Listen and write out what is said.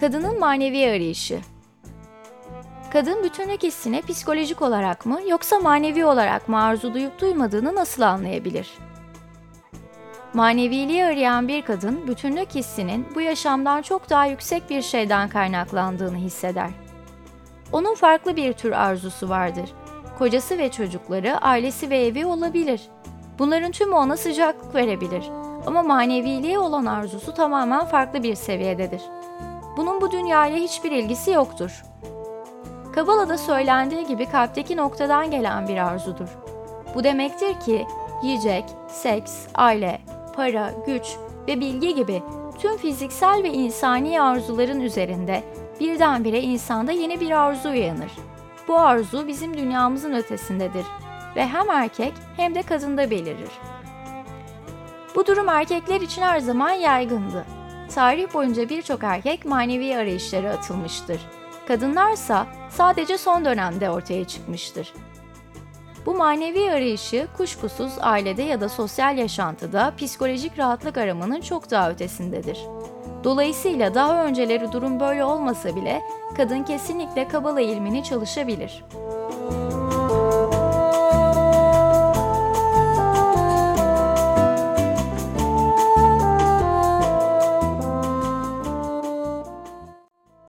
Kadının manevi arayışı. Kadın bütünlük hissini psikolojik olarak mı yoksa manevi olarak mı arzu duyup duymadığını nasıl anlayabilir? Maneviliği arayan bir kadın bütünlük hissinin bu yaşamdan çok daha yüksek bir şeyden kaynaklandığını hisseder. Onun farklı bir tür arzusu vardır. Kocası ve çocukları, ailesi ve evi olabilir. Bunların tümü ona sıcaklık verebilir. Ama maneviliğe olan arzusu tamamen farklı bir seviyededir. Bunun bu dünyayla hiçbir ilgisi yoktur. Kabala'da söylendiği gibi kalpteki noktadan gelen bir arzudur. Bu demektir ki yiyecek, seks, aile, para, güç ve bilgi gibi tüm fiziksel ve insani arzuların üzerinde birdenbire insanda yeni bir arzu uyanır. Bu arzu bizim dünyamızın ötesindedir ve hem erkek hem de kadında belirir. Bu durum erkekler için her zaman yaygındı. Tarih boyunca birçok erkek manevi arayışlara atılmıştır. Kadınlarsa sadece son dönemde ortaya çıkmıştır. Bu manevi arayışı kuşkusuz ailede ya da sosyal yaşantıda psikolojik rahatlık aramanın çok daha ötesindedir. Dolayısıyla daha önceleri durum böyle olmasa bile kadın kesinlikle Kabala ilmini çalışabilir.